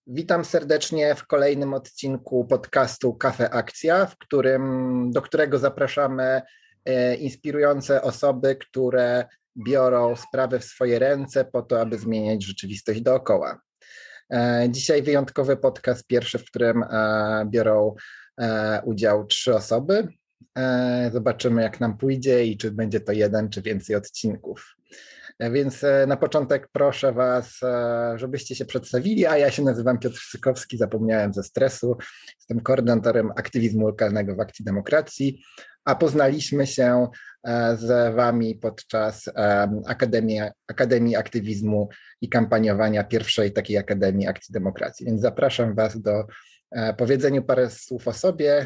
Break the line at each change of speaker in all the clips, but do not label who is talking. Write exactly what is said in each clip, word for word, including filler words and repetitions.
Witam serdecznie w kolejnym odcinku podcastu Cafe Akcja, w którym, do którego zapraszamy e, inspirujące osoby, które biorą sprawy w swoje ręce po to, aby zmieniać rzeczywistość dookoła. E, dzisiaj wyjątkowy podcast, pierwszy, w którym e, biorą e, udział trzy osoby. E, zobaczymy, jak nam pójdzie i czy będzie to jeden, czy więcej odcinków. Więc na początek proszę Was, żebyście się przedstawili, a ja się nazywam Piotr Sykowski, zapomniałem ze stresu, jestem koordynatorem aktywizmu lokalnego w Akcji Demokracji, a poznaliśmy się z Wami podczas Akademii, Akademii Aktywizmu i Kampaniowania, pierwszej takiej Akademii Akcji Demokracji. Więc zapraszam Was do powiedzenia parę słów o sobie.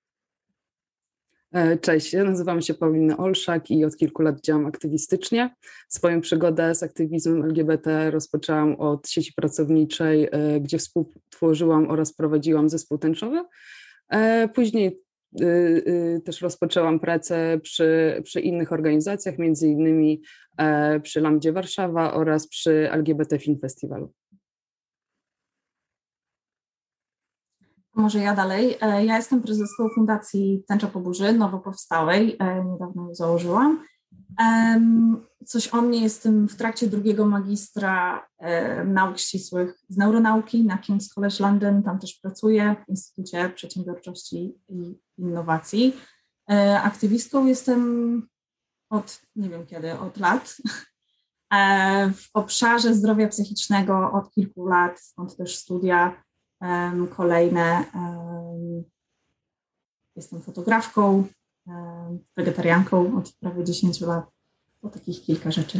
Cześć, ja nazywam się Paulina Olszak i od kilku lat działam aktywistycznie. Swoją przygodę z aktywizmem L G B T rozpoczęłam od sieci pracowniczej, gdzie współtworzyłam oraz prowadziłam zespół tęczowy. Później też rozpoczęłam pracę przy, przy innych organizacjach, między innymi przy Lambdzie Warszawa oraz przy L G B T Film Festiwalu.
Może ja dalej. Ja jestem prezeską Fundacji Tęcza po burzy, nowo powstałej, niedawno ją założyłam. Coś o mnie, jestem w trakcie drugiego magistra nauk ścisłych z neuronauki na King's College London, tam też pracuję w Instytucie Przedsiębiorczości i Innowacji. Aktywistką jestem od, nie wiem kiedy, od lat. W obszarze zdrowia psychicznego od kilku lat, stąd też studia. Um, kolejne, um, jestem fotografką, um, wegetarianką od prawie dziesięciu lat, to takich kilka rzeczy.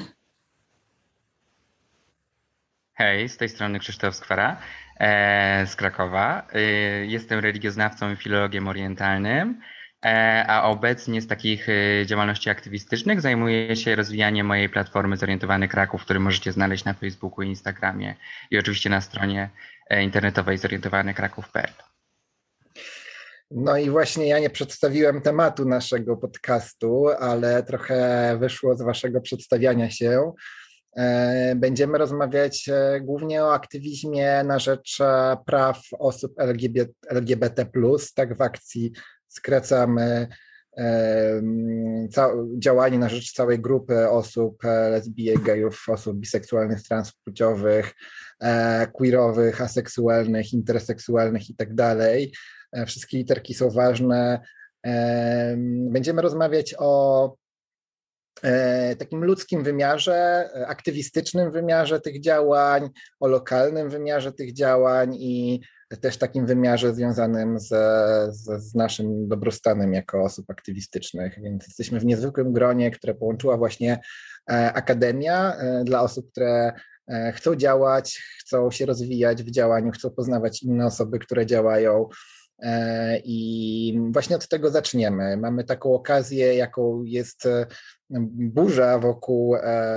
Hej, z tej strony Krzysztof Skwara e, z Krakowa. E, jestem religioznawcą i filologiem orientalnym, e, a obecnie z takich e, działalności aktywistycznych zajmuję się rozwijaniem mojej platformy Zorientowany Kraków, który możecie znaleźć na Facebooku i Instagramie i oczywiście na stronie internetowej zorientowany kraków kropka p l.
No i właśnie ja nie przedstawiłem tematu naszego podcastu, ale trochę wyszło z waszego przedstawiania się. Będziemy rozmawiać głównie o aktywizmie na rzecz praw osób L G B T plus, tak w akcji skracamy działanie na rzecz całej grupy osób lesbijek, gejów, osób biseksualnych, transpłciowych, queerowych, aseksualnych, interseksualnych i tak dalej. Wszystkie literki są ważne. Będziemy rozmawiać o takim ludzkim wymiarze, aktywistycznym wymiarze tych działań, o lokalnym wymiarze tych działań i też takim wymiarze związanym z, z, z naszym dobrostanem jako osób aktywistycznych. Więc jesteśmy w niezwykłym gronie, które połączyła właśnie Akademia dla osób, które chcą działać, chcą się rozwijać w działaniu, chcą poznawać inne osoby, które działają. I właśnie od tego zaczniemy. Mamy taką okazję, jaką jest burza wokół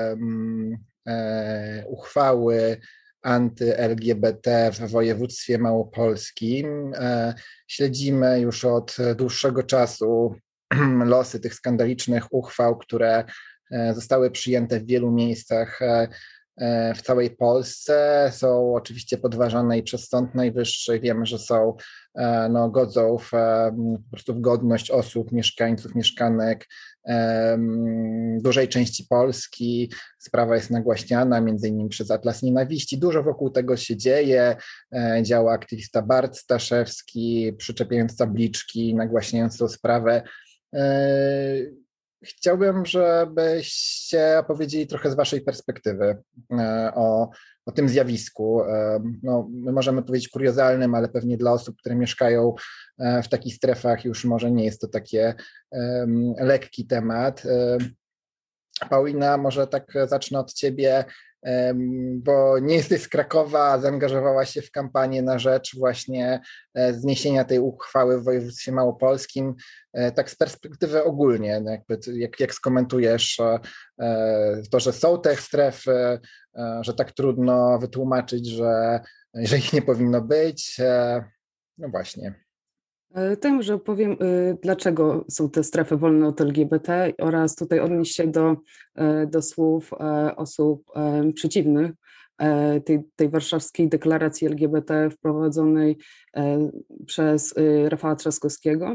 uchwały anty-L G B T w województwie małopolskim. Śledzimy już od dłuższego czasu losy tych skandalicznych uchwał, które zostały przyjęte w wielu miejscach w całej Polsce. Są oczywiście podważane i przez Sąd Najwyższy. Wiemy, że są, no, godzą w, po prostu w godność osób, mieszkańców, mieszkanek dużej części Polski. Sprawa jest nagłaśniana między innymi przez Atlas Nienawiści. Dużo wokół tego się dzieje. Działa aktywista Bart Staszewski, przyczepiając tabliczki, nagłaśniając tę sprawę. Chciałbym, żebyście opowiedzieli trochę z waszej perspektywy o, o tym zjawisku. No, my możemy powiedzieć kuriozalnym, ale pewnie dla osób, które mieszkają w takich strefach, już może nie jest to takie um, lekki temat. Paulina, może tak zacznę od ciebie, bo nie jesteś z Krakowa, a zaangażowałaś się w kampanię na rzecz właśnie zniesienia tej uchwały w województwie małopolskim. Tak z perspektywy ogólnie, jakby, jak, jak skomentujesz to, że są te strefy, że tak trudno wytłumaczyć, że, że ich nie powinno być. No właśnie.
To ja może opowiem, dlaczego są te strefy wolne od L G B T oraz tutaj odnieść się do, do słów osób przeciwnych tej, tej warszawskiej deklaracji L G B T wprowadzonej przez Rafała Trzaskowskiego.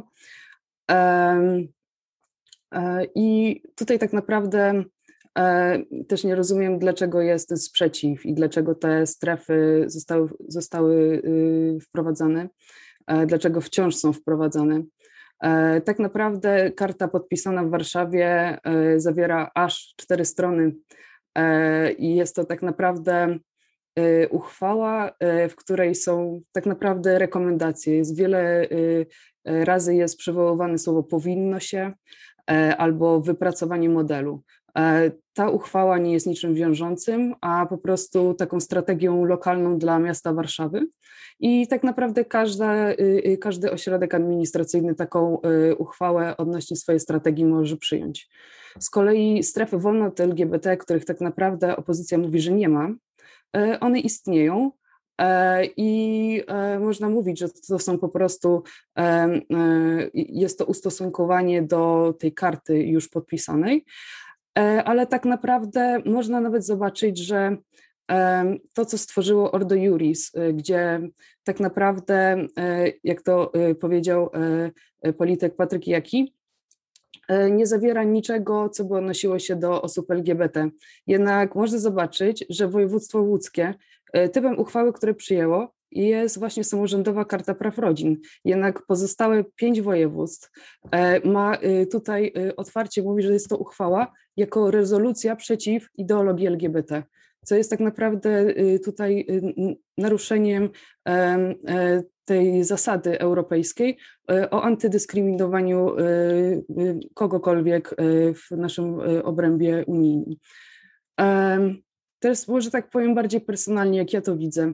I tutaj tak naprawdę też nie rozumiem, dlaczego jest ten sprzeciw i dlaczego te strefy zostały, zostały wprowadzane, dlaczego wciąż są wprowadzane. Tak naprawdę karta podpisana w Warszawie zawiera aż cztery strony i jest to tak naprawdę uchwała, w której są tak naprawdę rekomendacje. Jest wiele razy jest przywoływane słowo powinno się albo wypracowanie modelu. Ta uchwała nie jest niczym wiążącym, a po prostu taką strategią lokalną dla miasta Warszawy i tak naprawdę każda, każdy ośrodek administracyjny taką uchwałę odnośnie swojej strategii może przyjąć. Z kolei strefy wolne od L G B T, których tak naprawdę opozycja mówi, że nie ma, one istnieją i można mówić, że to są po prostu, jest to ustosunkowanie do tej karty już podpisanej, ale tak naprawdę można nawet zobaczyć, że to, co stworzyło Ordo Iuris, gdzie tak naprawdę, jak to powiedział polityk Patryk Jaki, nie zawiera niczego, co by odnosiło się do osób L G B T. Jednak można zobaczyć, że województwo łódzkie typem uchwały, które przyjęło, jest właśnie samorządowa Karta Praw Rodzin. Jednak pozostałe pięć województw ma tutaj otwarcie mówi, że jest to uchwała jako rezolucja przeciw ideologii L G B T, co jest tak naprawdę tutaj naruszeniem tej zasady europejskiej o antydyskryminowaniu kogokolwiek w naszym obrębie unijnym. Teraz może tak powiem bardziej personalnie, jak ja to widzę.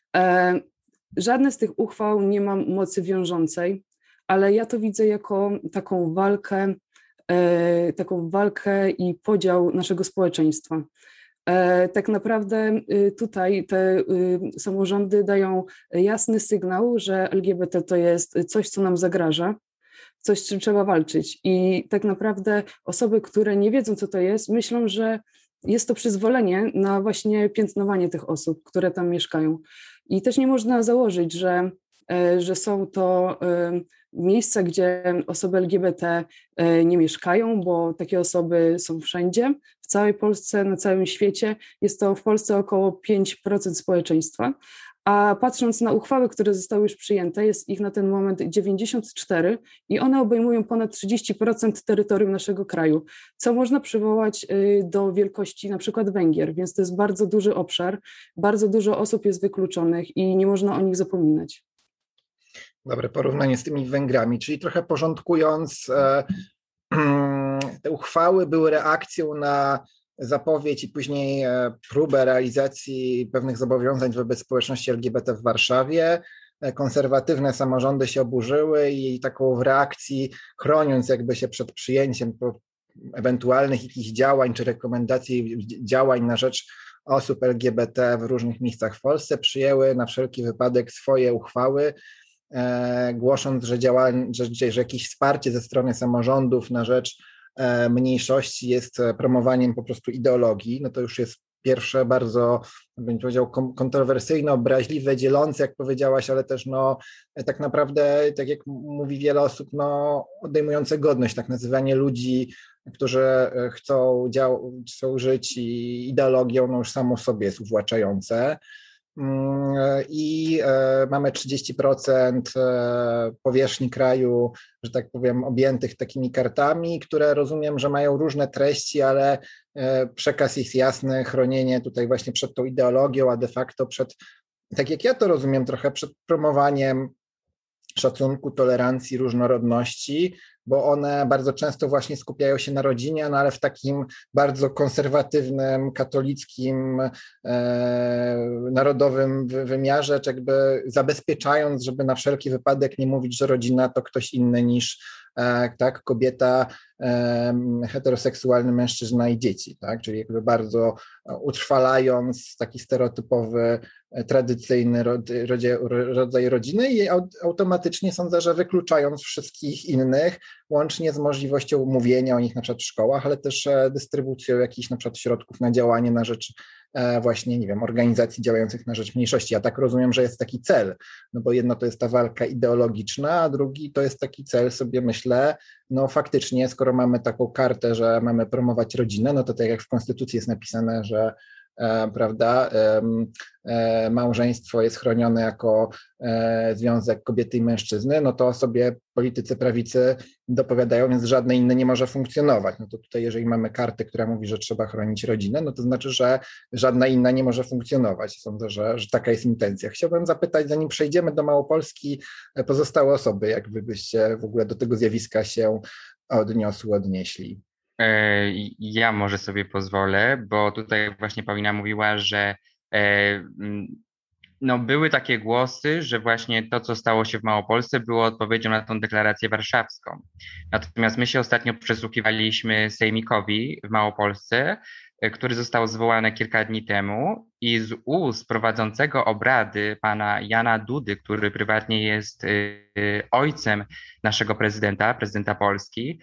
Żadne z tych uchwał nie ma mocy wiążącej, ale ja to widzę jako taką walkę, taką walkę i podział naszego społeczeństwa. Tak naprawdę tutaj te samorządy dają jasny sygnał, że L G B T to jest coś, co nam zagraża, coś, z czym trzeba walczyć. I tak naprawdę osoby, które nie wiedzą, co to jest, myślą, że jest to przyzwolenie na właśnie piętnowanie tych osób, które tam mieszkają. I też nie można założyć, że, że są to miejsca, gdzie osoby L G B T nie mieszkają, bo takie osoby są wszędzie, w całej Polsce, na całym świecie. Jest to w Polsce około pięć procent społeczeństwa. A patrząc na uchwały, które zostały już przyjęte, jest ich na ten moment dziewięćdziesiąt cztery i one obejmują ponad trzydzieści procent terytorium naszego kraju, co można przywołać do wielkości na przykład Węgier, więc to jest bardzo duży obszar, bardzo dużo osób jest wykluczonych i nie można o nich zapominać.
Dobre porównanie z tymi Węgrami, czyli trochę porządkując, te uchwały były reakcją na zapowiedź i później próbę realizacji pewnych zobowiązań wobec społeczności L G B T w Warszawie. Konserwatywne samorządy się oburzyły i taką w reakcji, chroniąc jakby się przed przyjęciem ewentualnych jakichś działań czy rekomendacji działań na rzecz osób L G B T w różnych miejscach w Polsce, przyjęły na wszelki wypadek swoje uchwały, głosząc, że, działań, że, że jakieś wsparcie ze strony samorządów na rzecz mniejszości jest promowaniem po prostu ideologii. No to już jest pierwsze bardzo, bym powiedział, kontrowersyjne, obraźliwe, dzielące, jak powiedziałaś, ale też no tak naprawdę, tak jak mówi wiele osób, no odejmujące godność, tak nazywanie ludzi, którzy chcą, dział, chcą żyć i ideologią, no już samo w sobie jest uwłaczające. I mamy trzydzieści procent powierzchni kraju, że tak powiem, objętych takimi kartami, które rozumiem, że mają różne treści, ale przekaz jest jasny, chronienie tutaj właśnie przed tą ideologią, a de facto przed, tak jak ja to rozumiem, trochę przed promowaniem szacunku, tolerancji, różnorodności, bo one bardzo często właśnie skupiają się na rodzinie, no ale w takim bardzo konserwatywnym, katolickim, e, narodowym wymiarze, czy jakby zabezpieczając, żeby na wszelki wypadek nie mówić, że rodzina to ktoś inny niż e, tak, kobieta, e, heteroseksualny mężczyzna i dzieci, tak? Czyli jakby bardzo utrwalając taki stereotypowy, tradycyjny rodzaj, rodzaj rodziny i automatycznie sądzę, że wykluczając wszystkich innych, łącznie z możliwością mówienia o nich na przykład w szkołach, ale też dystrybucją jakichś na przykład środków na działanie na rzecz właśnie, nie wiem, organizacji działających na rzecz mniejszości. Ja tak rozumiem, że jest taki cel, no bo jedno to jest ta walka ideologiczna, a drugi to jest taki cel, sobie myślę, no faktycznie, skoro mamy taką kartę, że mamy promować rodzinę, no to tak jak w Konstytucji jest napisane, że E, prawda, e, e, małżeństwo jest chronione jako e, związek kobiety i mężczyzny, no to sobie politycy prawicy dopowiadają, więc żadne inne nie może funkcjonować. No to tutaj jeżeli mamy kartę, która mówi, że trzeba chronić rodzinę, no to znaczy, że żadna inna nie może funkcjonować. Sądzę, że, że taka jest intencja. Chciałbym zapytać, zanim przejdziemy do Małopolski, pozostałe osoby, jak wy byście w ogóle do tego zjawiska się odniosły, odnieśli.
Ja może sobie pozwolę, bo tutaj właśnie Paulina mówiła, że no były takie głosy, że właśnie to, co stało się w Małopolsce, było odpowiedzią na tą deklarację warszawską. Natomiast my się ostatnio przysłuchiwaliśmy sejmikowi w Małopolsce, który został zwołany kilka dni temu i z ust prowadzącego obrady pana Jana Dudy, który prywatnie jest ojcem naszego prezydenta, prezydenta Polski,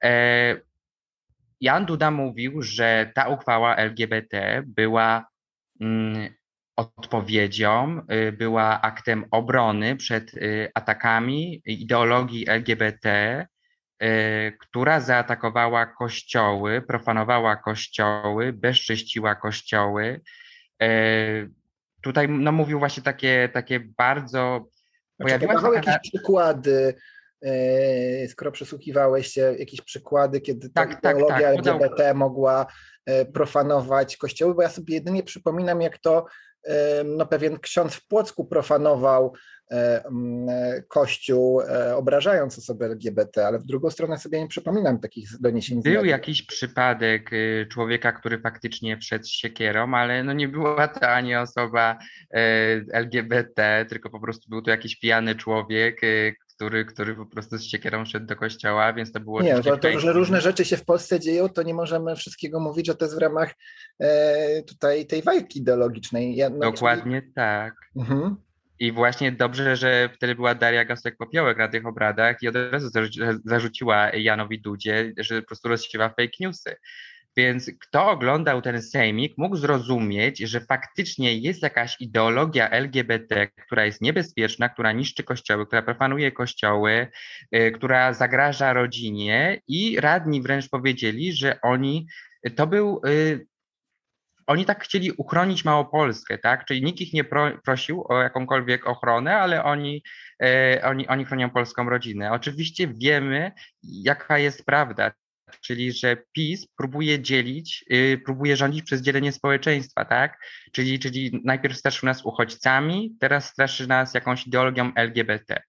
Jan Duda mówił, że ta uchwała L G B T była mm, odpowiedzią, y, była aktem obrony przed y, atakami ideologii L G B T, y, która zaatakowała kościoły, profanowała kościoły, bezcześciła kościoły. Y, tutaj no, mówił właśnie takie, takie bardzo...
Pojawiła się taka... jakieś przykłady, skoro przesłuchiwałeś się, jakieś przykłady, kiedy ta tak, ideologia tak, tak. L G B T mogła profanować kościoły, bo ja sobie jedynie przypominam, jak to no, pewien ksiądz w Płocku profanował Kościół, obrażając osoby L G B T, ale w drugą stronę sobie nie przypominam takich doniesień.
Był jakiś przypadek człowieka, który faktycznie wszedł z siekierą, ale no nie była to ani osoba L G B T, tylko po prostu był to jakiś pijany człowiek, Który, który po prostu z siekierą szedł do kościoła, więc to było...
Nie, to, to, że różne rzeczy się w Polsce dzieją, to nie możemy wszystkiego mówić, że to jest w ramach e, tutaj tej walki ideologicznej. Ja, no,
Dokładnie czyli... tak. Mhm. I właśnie dobrze, że wtedy była Daria Gosek-Popiołek na tych obradach i od razu zarzuciła Janowi Dudzie, że po prostu rozsiewa fake newsy. Więc kto oglądał ten sejmik, mógł zrozumieć, że faktycznie jest jakaś ideologia L G B T, która jest niebezpieczna, która niszczy kościoły, która profanuje kościoły, y, która zagraża rodzinie i radni wręcz powiedzieli, że oni, to był, y, oni tak chcieli uchronić Małopolskę, tak? Czyli nikt ich nie pro, prosił o jakąkolwiek ochronę, ale oni, y, oni, oni chronią polską rodzinę. Oczywiście wiemy, jaka jest prawda. Czyli że PiS próbuje dzielić, yy, próbuje rządzić przez dzielenie społeczeństwa, tak? Czyli, czyli najpierw straszył nas uchodźcami, teraz straszy nas jakąś ideologią L G B T.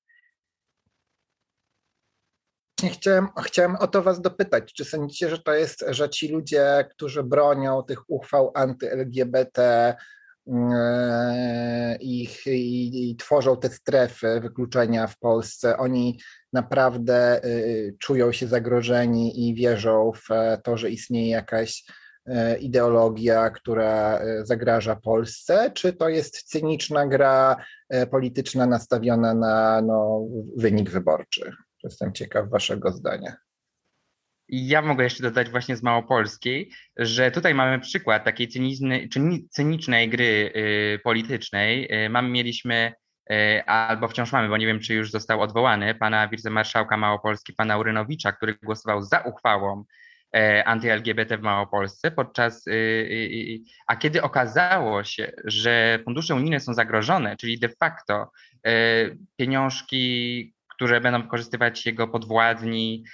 Chciałem, chciałem o to was dopytać, czy sądzicie, że to jest, że ci ludzie, którzy bronią tych uchwał anty-L G B T yy, ich, i, i tworzą te strefy wykluczenia w Polsce, oni naprawdę y, czują się zagrożeni i wierzą w to, że istnieje jakaś y, ideologia, która y, zagraża Polsce, czy to jest cyniczna gra y, polityczna nastawiona na no, wynik wyborczy? Jestem ciekaw waszego zdania.
Ja mogę jeszcze dodać właśnie z Małopolskiej, że tutaj mamy przykład takiej cynicznej, cynicznej gry y, politycznej. Y, mamy, mieliśmy albo wciąż mamy, bo nie wiem, czy już został odwołany, pana wicemarszałka Małopolski, pana Urynowicza, który głosował za uchwałą anty-L G B T w Małopolsce, podczas, a kiedy okazało się, że fundusze unijne są zagrożone, czyli de facto pieniążki, które będą wykorzystywać jego podwładni,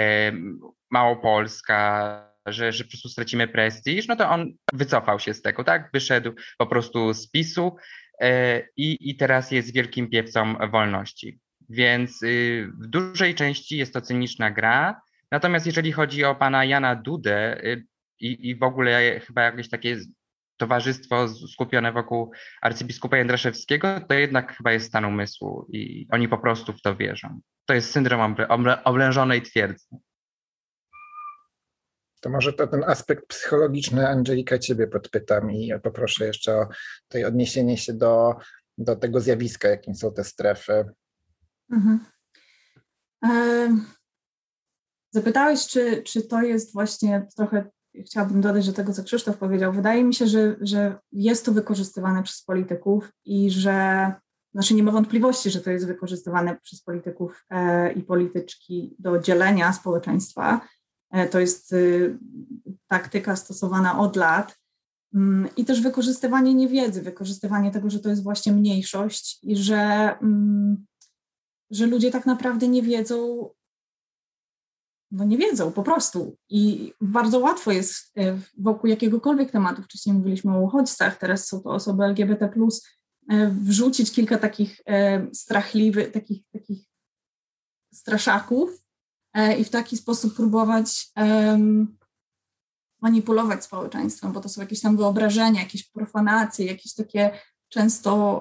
Małopolska, że, że po prostu stracimy prestiż, no to on wycofał się z tego, tak? Wyszedł po prostu z PiSu, I, i teraz jest wielkim piewcą wolności. Więc w dużej części jest to cyniczna gra. Natomiast jeżeli chodzi o pana Jana Dudę i, i w ogóle chyba jakieś takie towarzystwo skupione wokół arcybiskupa Jędraszewskiego, to jednak chyba jest stan umysłu i oni po prostu w to wierzą. To jest syndrom oblężonej twierdzy.
To może to ten aspekt psychologiczny, Angelika, ciebie podpytam i poproszę jeszcze o tutaj odniesienie się do, do tego zjawiska, jakim są te strefy. Mhm.
Zapytałeś, czy, czy to jest właśnie trochę chciałabym dodać do tego, co Krzysztof powiedział. Wydaje mi się, że, że jest to wykorzystywane przez polityków i że, znaczy nie ma wątpliwości, że to jest wykorzystywane przez polityków e, i polityczki do dzielenia społeczeństwa. E, to jest y, taktyka stosowana od lat. Mm, I też wykorzystywanie niewiedzy, wykorzystywanie tego, że to jest właśnie mniejszość i że, mm, że ludzie tak naprawdę nie wiedzą, no nie wiedzą po prostu i bardzo łatwo jest wokół jakiegokolwiek tematu, wcześniej mówiliśmy o uchodźcach, teraz są to osoby L G B T plus, wrzucić kilka takich strachliwych, takich, takich straszaków i w taki sposób próbować manipulować społeczeństwem, bo to są jakieś tam wyobrażenia, jakieś profanacje, jakieś takie często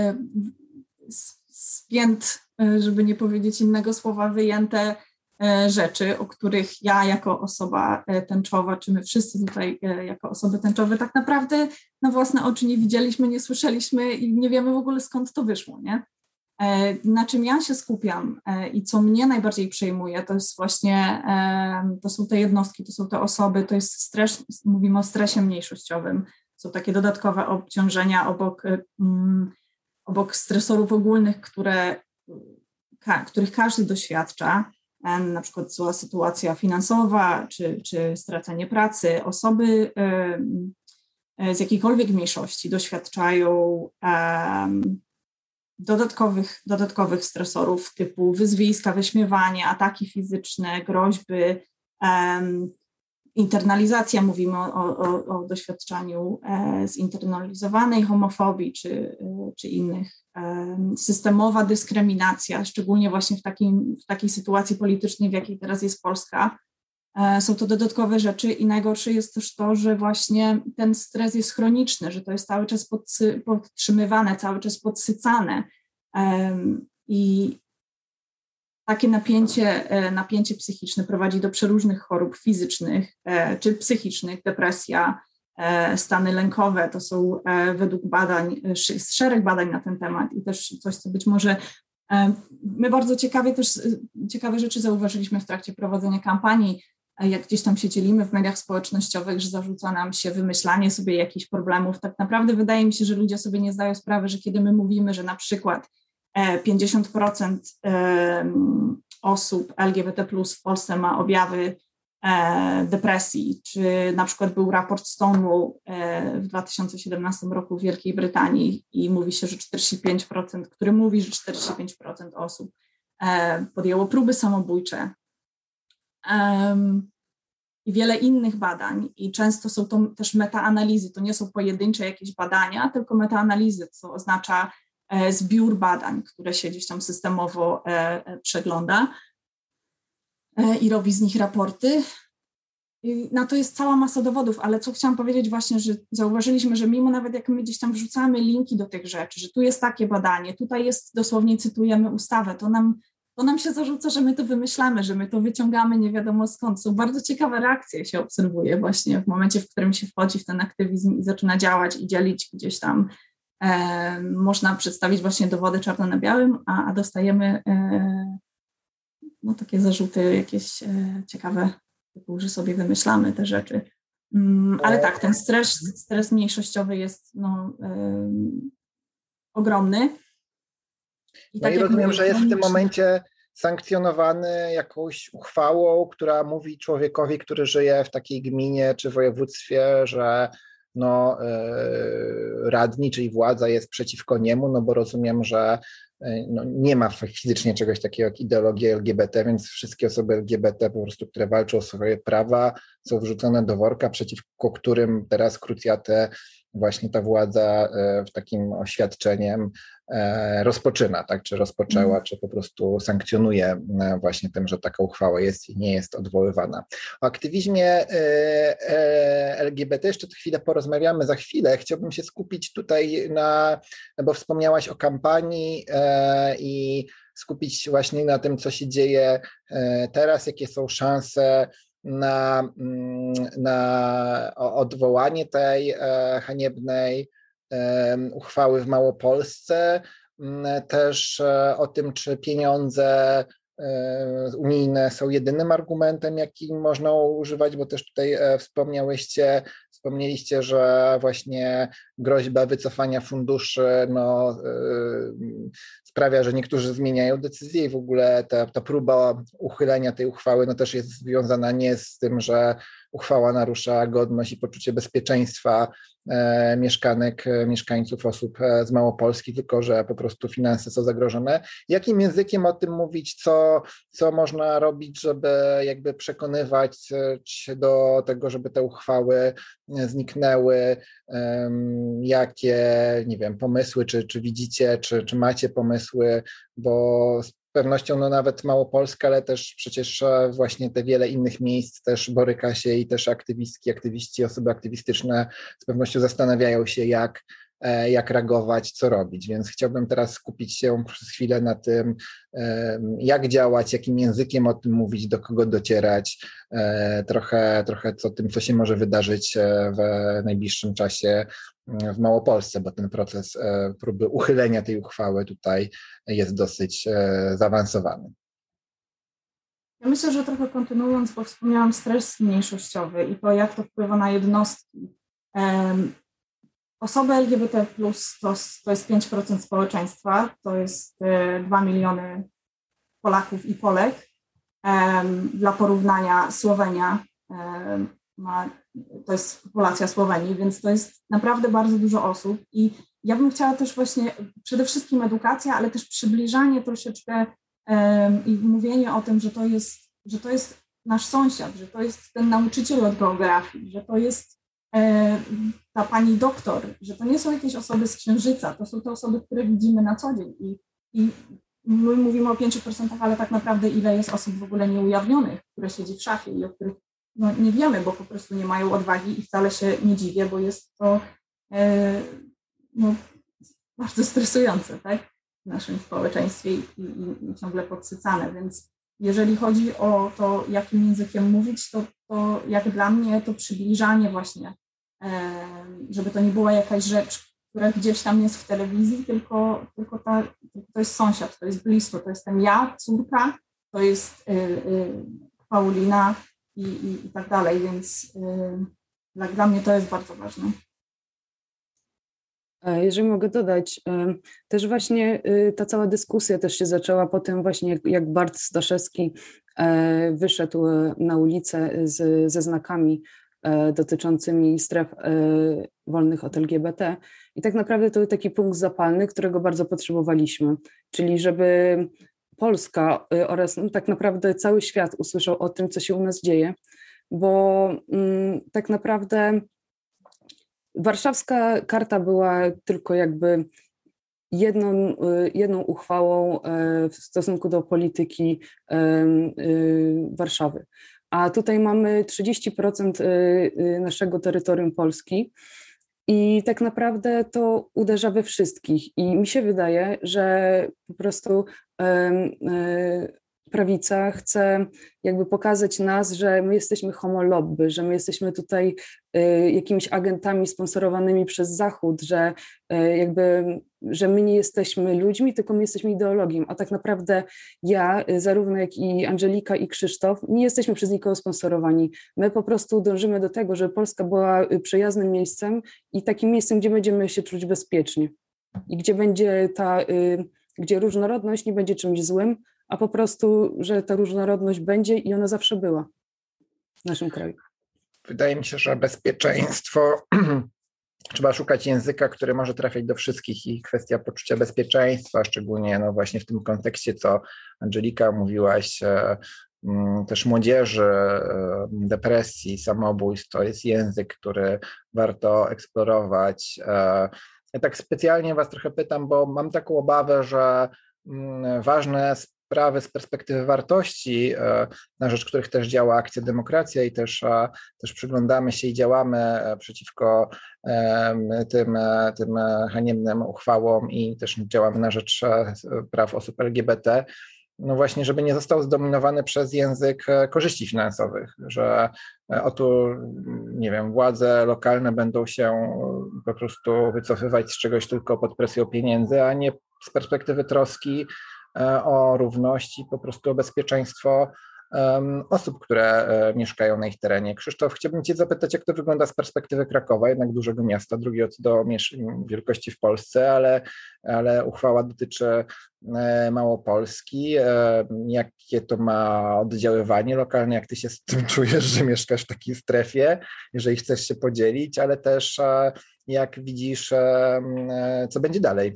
spięt, żeby nie powiedzieć innego słowa, wyjęte rzeczy, o których ja jako osoba tęczowa, czy my wszyscy tutaj jako osoby tęczowe tak naprawdę na własne oczy nie widzieliśmy, nie słyszeliśmy i nie wiemy w ogóle skąd to wyszło, nie? Na czym ja się skupiam i co mnie najbardziej przejmuje, to jest właśnie, to są te jednostki, to są te osoby, to jest stres, mówimy o stresie mniejszościowym, są takie dodatkowe obciążenia obok, obok stresorów ogólnych, które, których każdy doświadcza, na przykład zła sytuacja finansowa, czy, czy stracenie pracy. Osoby z jakiejkolwiek mniejszości doświadczają dodatkowych, dodatkowych stresorów typu wyzwiska, wyśmiewanie, ataki fizyczne, groźby, internalizacja, mówimy o, o, o doświadczaniu zinternalizowanej homofobii czy, czy innych, systemowa dyskryminacja, szczególnie właśnie w, takim, w takiej sytuacji politycznej, w jakiej teraz jest Polska. Są to dodatkowe rzeczy i najgorsze jest też to, że właśnie ten stres jest chroniczny, że to jest cały czas podsy, podtrzymywane, cały czas podsycane i takie napięcie, napięcie psychiczne prowadzi do przeróżnych chorób fizycznych czy psychicznych, depresja, stany lękowe. To są według badań, szereg badań na ten temat i też coś, co być może my bardzo ciekawie też, ciekawe rzeczy zauważyliśmy w trakcie prowadzenia kampanii, jak gdzieś tam się dzielimy w mediach społecznościowych, że zarzuca nam się wymyślanie sobie jakichś problemów. Tak naprawdę wydaje mi się, że ludzie sobie nie zdają sprawy, że kiedy my mówimy, że na przykład pięćdziesiąt procent osób L G B T plus w Polsce ma objawy depresji, czy na przykład był raport Stonewall w dwa tysiące siedemnastym roku w Wielkiej Brytanii i mówi się, że czterdzieści pięć procent, który mówi, że czterdzieści pięć procent osób podjęło próby samobójcze i wiele innych badań i często są to też metaanalizy, to nie są pojedyncze jakieś badania, tylko metaanalizy, co oznacza zbiór badań, które się gdzieś tam systemowo przegląda i robi z nich raporty. I na to jest cała masa dowodów, ale co chciałam powiedzieć właśnie, że zauważyliśmy, że mimo nawet jak my gdzieś tam wrzucamy linki do tych rzeczy, że tu jest takie badanie, tutaj jest, dosłownie cytujemy ustawę, to nam, to nam się zarzuca, że my to wymyślamy, że my to wyciągamy nie wiadomo skąd. Są bardzo ciekawe reakcje się obserwuje właśnie w momencie, w którym się wchodzi w ten aktywizm i zaczyna działać i dzielić gdzieś tam. E, można przedstawić właśnie dowody czarno na białym, a, a dostajemy e, no, takie zarzuty jakieś e, ciekawe, typu, że sobie wymyślamy te rzeczy. Mm, ale tak, ten stres, stres mniejszościowy jest no, e, ogromny.
I no tak i rozumiem, mówię, że jest w tym momencie sankcjonowany jakąś uchwałą, która mówi człowiekowi, który żyje w takiej gminie czy województwie, że no, yy, radni, czyli władza jest przeciwko niemu, no bo rozumiem, że yy, no, nie ma fizycznie czegoś takiego jak ideologia L G B T, więc wszystkie osoby L G B T po prostu, które walczą o swoje prawa, są wrzucone do worka, przeciwko którym teraz krucjatę właśnie ta władza yy, w takim oświadczeniem yy, rozpoczyna, tak, czy rozpoczęła, mm. czy po prostu sankcjonuje yy, właśnie tym, że taka uchwała jest i nie jest odwoływana. O aktywizmie yy, yy, L G B T jeszcze chwilę porozmawiamy za chwilę. Chciałbym się skupić tutaj na, bo wspomniałaś o kampanii yy, i skupić właśnie na tym, co się dzieje yy, teraz, jakie są szanse na, na odwołanie tej e, haniebnej e, uchwały w Małopolsce, też e, o tym, czy pieniądze unijne są jedynym argumentem, jaki można używać, bo też tutaj wspomniałyście, wspomnieliście, że właśnie groźba wycofania funduszy no, sprawia, że niektórzy zmieniają decyzję i w ogóle ta, ta próba uchylenia tej uchwały no, też jest związana nie z tym, że uchwała narusza godność i poczucie bezpieczeństwa e, mieszkanek, e, mieszkańców, osób e, z Małopolski, tylko że po prostu finanse są zagrożone. Jakim językiem o tym mówić, co, co można robić, żeby jakby przekonywać się do tego, żeby te uchwały zniknęły, e, jakie, nie wiem, pomysły, czy, czy widzicie, czy, czy macie pomysły, bo z pewnością no nawet Małopolska, ale też przecież właśnie te wiele innych miejsc też boryka się i też aktywistki, aktywiści, osoby aktywistyczne z pewnością zastanawiają się, jak, jak reagować, co robić. Więc chciałbym teraz skupić się przez chwilę na tym, jak działać, jakim językiem o tym mówić, do kogo docierać, trochę, trochę o tym, co się może wydarzyć w najbliższym czasie w Małopolsce, bo ten proces próby uchylenia tej uchwały tutaj jest dosyć zaawansowany.
Ja myślę, że trochę kontynuując, bo wspomniałam stres mniejszościowy i to, jak to wpływa na jednostki. Osoby L G B T plus to, to jest pięć procent społeczeństwa, to jest dwa miliony Polaków i Polek. Dla porównania Słowenia ma, to jest populacja Słowenii, więc to jest naprawdę bardzo dużo osób i ja bym chciała też właśnie przede wszystkim edukacja, ale też przybliżanie troszeczkę um, i mówienie o tym, że to jest, że to jest nasz sąsiad, że to jest ten nauczyciel od geografii, że to jest e, ta pani doktor, że to nie są jakieś osoby z Księżyca, to są te osoby, które widzimy na co dzień i, i my mówimy o pięciu procentach, ale tak naprawdę ile jest osób w ogóle nieujawnionych, które siedzi w szafie i o których no, nie wiemy, bo po prostu nie mają odwagi i wcale się nie dziwię, bo jest to e, no, bardzo stresujące, tak, w naszym społeczeństwie i, i, i ciągle podsycane, więc jeżeli chodzi o to, jakim językiem mówić, to, to jak dla mnie to przybliżanie właśnie, e, żeby to nie była jakaś rzecz, która gdzieś tam jest w telewizji, tylko, tylko ta, to jest sąsiad, to jest blisko, to jestem ja, córka, to jest y, y, Paulina i, i, i tak dalej, więc y, dla, dla mnie to jest bardzo ważne.
Jeżeli mogę dodać, też właśnie ta cała dyskusja też się zaczęła po tym właśnie, jak Bart Staszewski wyszedł na ulicę z, ze znakami dotyczącymi stref wolnych od L G B T i tak naprawdę to był taki punkt zapalny, którego bardzo potrzebowaliśmy, czyli żeby Polska oraz no, tak naprawdę cały świat usłyszał o tym, co się u nas dzieje, bo mm, tak naprawdę Warszawska Karta była tylko jakby jedną, jedną uchwałą w stosunku do polityki Warszawy. A tutaj mamy trzydzieści procent naszego terytorium Polski i tak naprawdę to uderza we wszystkich. I mi się wydaje, że po prostu prawica chce jakby pokazać nas, że my jesteśmy homolobby, że my jesteśmy tutaj y, jakimiś agentami sponsorowanymi przez Zachód, że y, jakby, że my nie jesteśmy ludźmi, tylko my jesteśmy ideologią, a tak naprawdę ja, y, zarówno jak i Angelika i Krzysztof, nie jesteśmy przez nikogo sponsorowani. My po prostu dążymy do tego, żeby Polska była przyjaznym miejscem i takim miejscem, gdzie będziemy się czuć bezpiecznie i gdzie będzie ta, y, gdzie różnorodność nie będzie czymś złym, a po prostu, że ta różnorodność będzie i ona zawsze była w naszym kraju.
Wydaje mi się, że bezpieczeństwo, trzeba szukać języka, który może trafiać do wszystkich i kwestia poczucia bezpieczeństwa, szczególnie no właśnie w tym kontekście, co Angelika mówiłaś, też młodzieży, depresji, samobójstw, to jest język, który warto eksplorować. Ja tak specjalnie was trochę pytam, bo mam taką obawę, że ważne sprawy z perspektywy wartości, na rzecz których też działa Akcja Demokracja i też, też przyglądamy się i działamy przeciwko tym, tym haniebnym uchwałom i też działamy na rzecz praw osób L G B T, no właśnie, żeby nie został zdominowany przez język korzyści finansowych, że oto, nie wiem, władze lokalne będą się po prostu wycofywać z czegoś tylko pod presją pieniędzy, a nie z perspektywy troski o równość i po prostu o bezpieczeństwo osób, które mieszkają na ich terenie. Krzysztof, chciałbym Cię zapytać, jak to wygląda z perspektywy Krakowa, jednak dużego miasta, drugiego co do wielkości w Polsce, ale, ale uchwała dotyczy Małopolski. Jakie to ma oddziaływanie lokalne, jak Ty się z tym czujesz, że mieszkasz w takiej strefie, jeżeli chcesz się podzielić, ale też jak widzisz, co będzie dalej?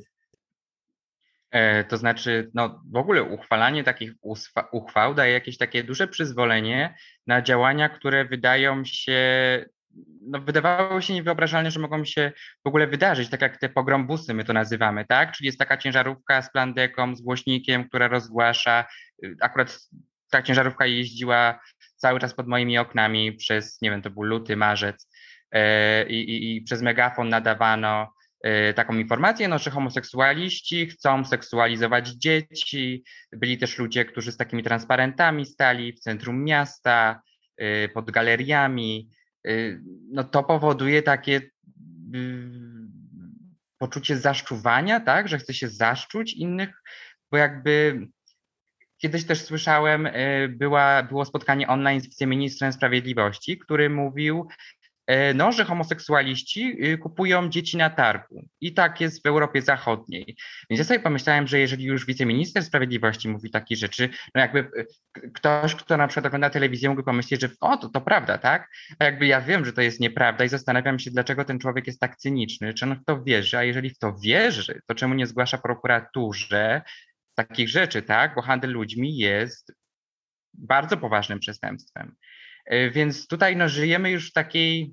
To znaczy, no w ogóle uchwalanie takich uchwał daje jakieś takie duże przyzwolenie na działania, które wydają się, no wydawało się niewyobrażalne, że mogą się w ogóle wydarzyć, tak jak te pogrombusy my to nazywamy, tak? Czyli jest taka ciężarówka z plandeką, z głośnikiem, która rozgłasza, akurat ta ciężarówka jeździła cały czas pod moimi oknami przez, nie wiem, to był luty, marzec i, i, i przez megafon nadawano taką informację, no, że homoseksualiści chcą seksualizować dzieci. Byli też ludzie, którzy z takimi transparentami stali w centrum miasta, pod galeriami. No, to powoduje takie poczucie zaszczuwania, tak, że chce się zaszczuć innych, bo jakby kiedyś też słyszałem, była, było spotkanie online z wiceministrem sprawiedliwości, który mówił, no, że homoseksualiści kupują dzieci na targu. I tak jest w Europie Zachodniej. Więc ja sobie pomyślałem, że jeżeli już wiceminister sprawiedliwości mówi takie rzeczy, no jakby ktoś, kto na przykład ogląda telewizję, mógłby pomyśleć, że o, to, to prawda, tak? A jakby ja wiem, że to jest nieprawda i zastanawiam się, dlaczego ten człowiek jest tak cyniczny, czy on w to wierzy, a jeżeli w to wierzy, to czemu nie zgłasza prokuraturze takich rzeczy, tak? Bo handel ludźmi jest bardzo poważnym przestępstwem. Więc tutaj no, żyjemy już w takiej,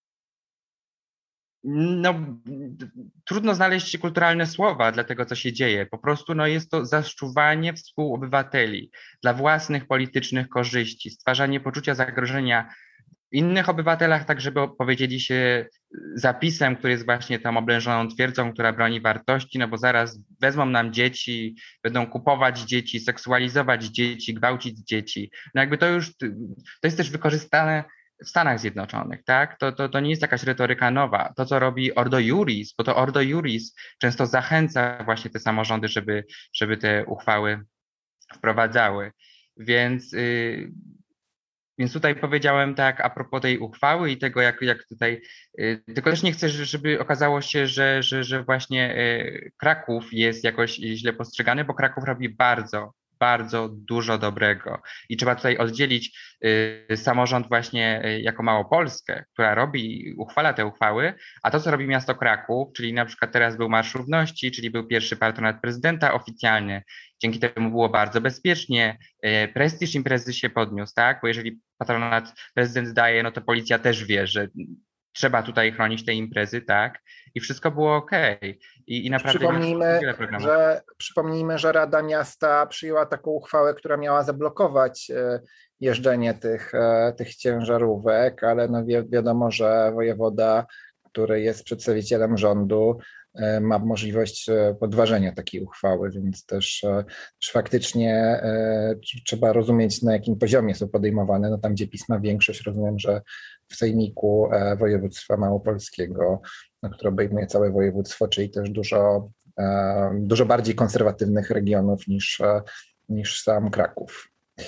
no trudno znaleźć kulturalne słowa dla tego, co się dzieje. Po prostu no, jest to zaszczuwanie współobywateli dla własnych politycznych korzyści, stwarzanie poczucia zagrożenia w innych obywatelach, tak żeby powiedzieli się zapisem, który jest właśnie tą oblężoną twierdzą, która broni wartości, no bo zaraz wezmą nam dzieci, będą kupować dzieci, seksualizować dzieci, gwałcić dzieci. No jakby to już, to jest też wykorzystane w Stanach Zjednoczonych, tak? To, to, to nie jest jakaś retoryka nowa. To, co robi Ordo Iuris, bo to Ordo Iuris często zachęca właśnie te samorządy, żeby, żeby te uchwały wprowadzały. Więc yy, Więc tutaj powiedziałem tak a propos tej uchwały i tego, jak, jak tutaj, y, tylko też nie chcę, żeby okazało się, że, że, że właśnie y, Kraków jest jakoś źle postrzegany, bo Kraków robi bardzo, bardzo dużo dobrego. I trzeba tutaj oddzielić y, samorząd właśnie y, jako Małopolskę, która robi, uchwala te uchwały, a to, co robi miasto Kraków, czyli na przykład teraz był Marsz Równości, czyli był pierwszy patronat prezydenta oficjalny. Dzięki temu było bardzo bezpiecznie, y, prestiż imprezy się podniósł, tak? Bo jeżeli patronat prezydent daje, no to policja też wie, że trzeba tutaj chronić te imprezy, tak? I wszystko było okej. Okay. I, i naprawdę
przypomnijmy, wiele programów. Że, przypomnijmy, że Rada Miasta przyjęła taką uchwałę, która miała zablokować jeżdżenie tych, tych ciężarówek, ale no wi- wiadomo, że wojewoda, który jest przedstawicielem rządu, ma możliwość podważenia takiej uchwały, więc też, też faktycznie trzeba rozumieć, na jakim poziomie są podejmowane. No tam, gdzie PiS ma większość, rozumiem, że w Sejmiku Województwa Małopolskiego, no, które obejmuje całe województwo, czyli też dużo, dużo bardziej konserwatywnych regionów niż, niż sam Kraków.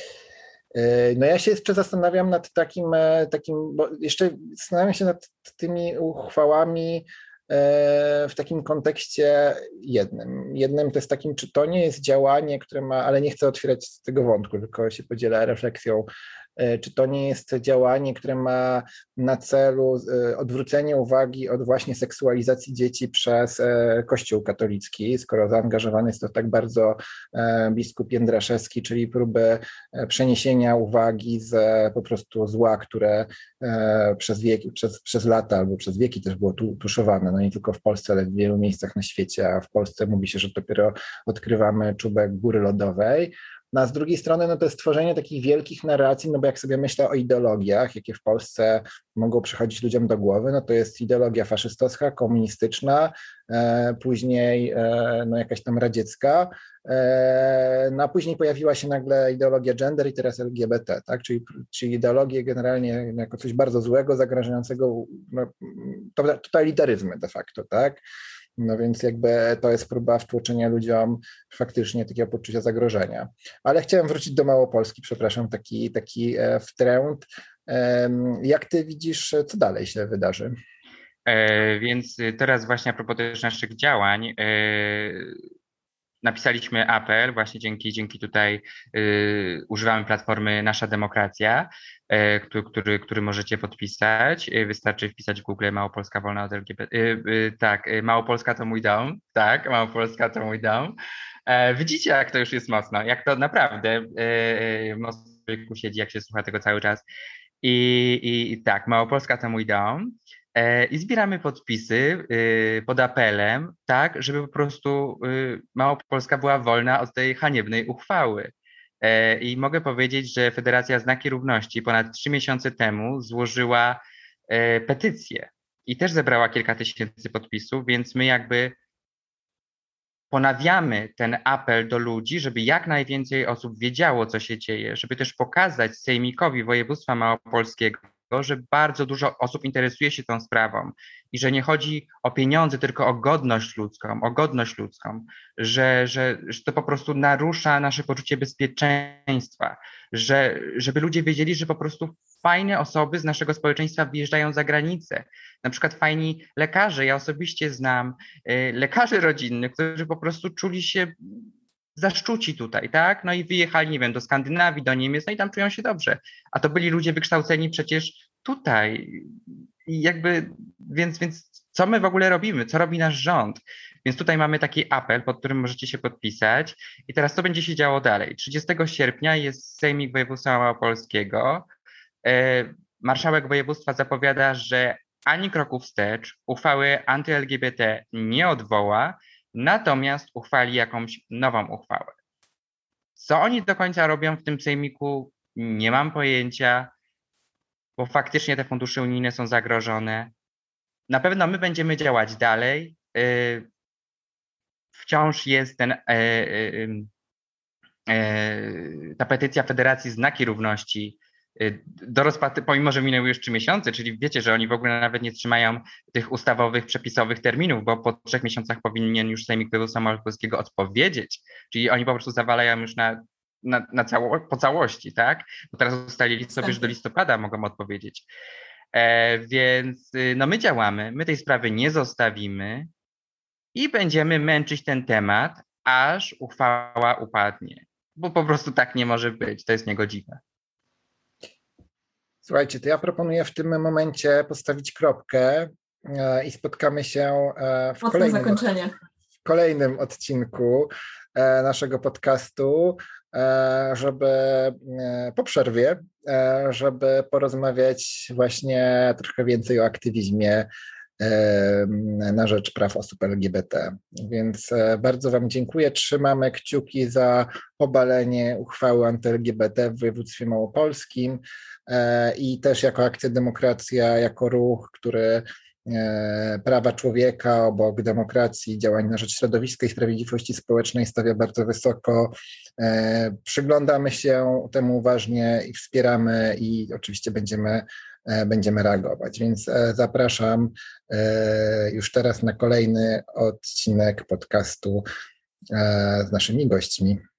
No ja się jeszcze zastanawiam nad takim, takim, bo jeszcze zastanawiam się nad tymi uchwałami w takim kontekście jednym. Jednym to jest takim, czy to nie jest działanie, które ma, ale nie chcę otwierać tego wątku, tylko się podzielę refleksją, czy to nie jest działanie, które ma na celu odwrócenie uwagi od właśnie seksualizacji dzieci przez Kościół katolicki, skoro zaangażowany jest to tak bardzo biskup Jędraszewski, czyli próby przeniesienia uwagi z po prostu zła, które przez wieki, przez, przez lata albo przez wieki też było tu, tuszowane, no nie tylko w Polsce, ale w wielu miejscach na świecie, a w Polsce mówi się, że dopiero odkrywamy czubek góry lodowej. No a z drugiej strony no to jest tworzenie takich wielkich narracji, no bo jak sobie myślę o ideologiach, jakie w Polsce mogą przychodzić ludziom do głowy, no to jest ideologia faszystowska, komunistyczna, e, później e, no jakaś tam radziecka, e, no a później pojawiła się nagle ideologia gender i teraz L G B T, tak? Czyli, czyli ideologie generalnie jako coś bardzo złego, zagrażającego no, totalitaryzmy de facto, tak? No więc jakby to jest próba wtłoczenia ludziom faktycznie takiego poczucia zagrożenia. Ale chciałem wrócić do Małopolski, przepraszam, taki, taki wtręt. Jak ty widzisz, co dalej się wydarzy?
E, więc teraz właśnie a propos też naszych działań, e, napisaliśmy apel, właśnie dzięki, dzięki tutaj y, używamy platformy Nasza Demokracja, y, który, który, który możecie podpisać. Y, wystarczy wpisać w Google Małopolska wolna od L G B T. Y, y, tak, y, Małopolska to mój dom. Tak, Małopolska to mój dom. E, widzicie, jak to już jest mocno, jak to naprawdę y, mocno w siedzi, jak się słucha tego cały czas. I, i, i tak, Małopolska to mój dom. I zbieramy podpisy pod apelem, tak, żeby po prostu Małopolska była wolna od tej haniebnej uchwały. I mogę powiedzieć, że Federacja Znaki Równości ponad trzy miesiące temu złożyła petycję i też zebrała kilka tysięcy podpisów, więc my jakby ponawiamy ten apel do ludzi, żeby jak najwięcej osób wiedziało, co się dzieje, żeby też pokazać Sejmikowi Województwa Małopolskiego, że bardzo dużo osób interesuje się tą sprawą i że nie chodzi o pieniądze, tylko o godność ludzką, o godność ludzką, że, że, że to po prostu narusza nasze poczucie bezpieczeństwa, że, żeby ludzie wiedzieli, że po prostu fajne osoby z naszego społeczeństwa wyjeżdżają za granicę. Na przykład fajni lekarze, ja osobiście znam y, lekarzy rodzinnych, którzy po prostu czuli się zaszczuci tutaj, tak? No i wyjechali, nie wiem, do Skandynawii, do Niemiec, no i tam czują się dobrze. A to byli ludzie wykształceni przecież tutaj. I jakby, więc, więc co my w ogóle robimy? Co robi nasz rząd? Więc tutaj mamy taki apel, pod którym możecie się podpisać. I teraz co będzie się działo dalej? trzydziestego sierpnia jest Sejmik Województwa Małopolskiego. Marszałek województwa zapowiada, że ani kroku wstecz uchwały anty-L G B T nie odwoła, natomiast uchwali jakąś nową uchwałę. Co oni do końca robią w tym sejmiku, nie mam pojęcia, bo faktycznie te fundusze unijne są zagrożone. Na pewno my będziemy działać dalej. Wciąż jest ten, ta petycja Federacji Znaki Równości do rozpatry, pomimo że minęły już trzy miesiące, czyli wiecie, że oni w ogóle nawet nie trzymają tych ustawowych, przepisowych terminów, bo po trzech miesiącach powinien już Sejmik Województwa Małopolskiego odpowiedzieć, czyli oni po prostu zawalają już na, na, na cało, po całości, tak? Bo teraz ustalili sobie, że do listopada mogą odpowiedzieć. E, więc no my działamy, my tej sprawy nie zostawimy i będziemy męczyć ten temat, aż uchwała upadnie, bo po prostu tak nie może być, to jest niegodziwe.
Słuchajcie, to ja proponuję w tym momencie postawić kropkę i spotkamy się w kolejnym, w kolejnym odcinku naszego podcastu, żeby po przerwie, żeby porozmawiać właśnie troszkę więcej o aktywizmie na rzecz praw osób L G B T. Więc bardzo wam dziękuję. Trzymamy kciuki za obalenie uchwały anty-L G B T w województwie małopolskim i też jako Akcja Demokracja, jako ruch, który prawa człowieka obok demokracji, działań na rzecz środowiska i sprawiedliwości społecznej stawia bardzo wysoko. Przyglądamy się temu uważnie i wspieramy i oczywiście będziemy będziemy reagować. Więc zapraszam już teraz na kolejny odcinek podcastu z naszymi gośćmi.